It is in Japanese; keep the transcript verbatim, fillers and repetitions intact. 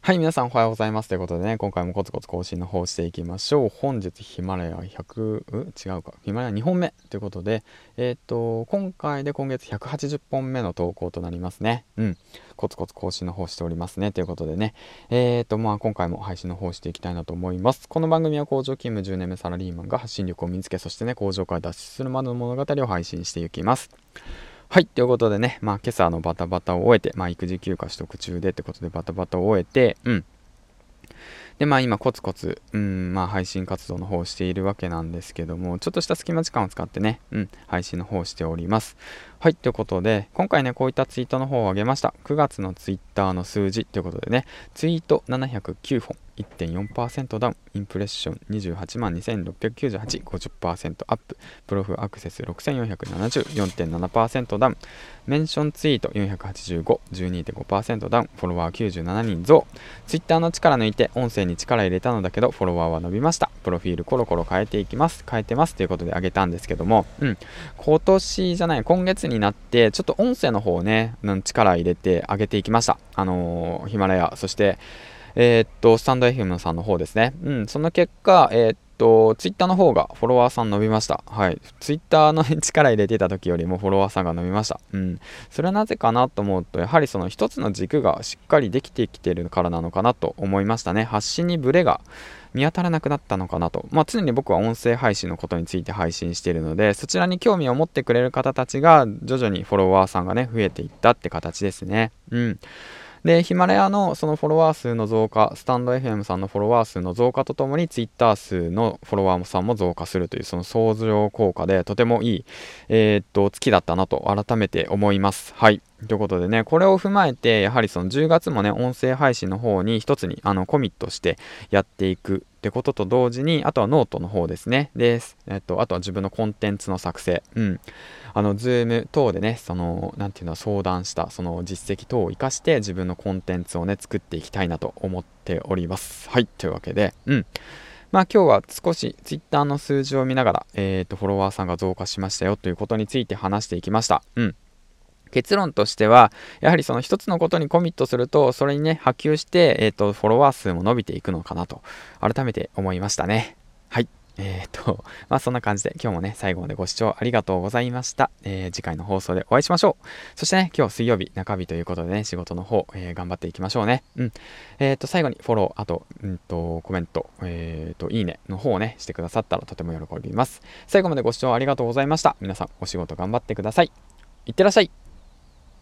はい、皆さんおはようございます。ということでね、今回もコツコツ更新の方していきましょう。本日ヒマラヤひゃく、う違うか、ヒマラヤにほんめということで、えーっと、今回で今月ひゃくはちじゅっぽんめの投稿となりますね。うん。コツコツ更新の方しておりますね。ということでね、えーっと、まあ今回も配信の方していきたいなと思います。この番組は工場勤務じゅうねんめサラリーマンが発信力を身につけ、そしてね、工場から脱出するまでの物語を配信していきます。はい、ということでね、まあ今朝のバタバタを終えて、まあ育児休暇取得中でってことでバタバタを終えて、うん。で、まあ今コツコツ、うん、まあ配信活動の方をしているわけなんですけども、ちょっとした隙間時間を使ってね、うん、配信の方をしております。はい、ということで、今回ね、こういったツイートの方を上げました。くがつのツイッターの数字ということでね、ツイートななひゃくきゅうほん、いってんよんパーセント ダウン、インプレッションにじゅうはちまんにせんろっぴゃくきゅうじゅうはち、ごじゅっパーセント アップ、プロフアクセスろくせんよんひゃくななじゅう、よんてんななパーセント ダウン、メンションツイートよんひゃくはちじゅうご、じゅうにてんごパーセント ダウン、フォロワーきゅうじゅうななにん増。ツイッターの力抜いて音声に力入れたのだけどフォロワーは伸びました。プロフィールコロコロ変えていきます。変えてますということであげたんですけども、うん。今年じゃない、今月になってちょっと音声の方をね、うん力入れて上げていきました。あのーヒマラヤ、そしてえーっと、スタンド エフエム さんの方ですね。うん、その結果、えーっと、ツイッターの方がフォロワーさん伸びました。はい。ツイッターの力入れてた時よりもフォロワーさんが伸びました。うん。それはなぜかなと思うと、やはりその一つの軸がしっかりできてきてるからなのかなと思いましたね。発信にブレが見当たらなくなったのかなと。まあ、常に僕は音声配信のことについて配信しているので、そちらに興味を持ってくれる方たちが徐々にフォロワーさんがね、増えていったって形ですね。うん。で、ヒマラヤのそのフォロワー数の増加、スタンド エフエム さんのフォロワー数の増加とともに、ツイッター数のフォロワーさんも増加するという、その相乗効果で、とてもいい、えーっと、月だったなと改めて思います。はい。ということでね、これを踏まえて、やはりそのじゅうがつもね、音声配信の方に一つにあのコミットしてやっていくってことと同時に、あとはノートの方ですね。です。えっと、あとは自分のコンテンツの作成。うん。あの、ズーム等でね、その、なんていうの、相談した、その実績等を活かして自分のコンテンツをね、作っていきたいなと思っております。はい。というわけで、うん。まあ今日は少し Twitter の数字を見ながら、えっと、フォロワーさんが増加しましたよということについて話していきました。うん。結論としては、やはりその一つのことにコミットすると、それにね、波及して、えっと、フォロワー数も伸びていくのかなと、改めて思いましたね。はい。えっと、まあそんな感じで今日もね、最後までご視聴ありがとうございました。えー次回の放送でお会いしましょう。そしてね、今日水曜日、中日ということでね、仕事の方、えー頑張っていきましょうね。うん。えっと、最後にフォロー、あと、うんと、コメント、えっと、いいねの方をね、してくださったらとても喜びます。最後までご視聴ありがとうございました。皆さん、お仕事頑張ってください。いってらっしゃい。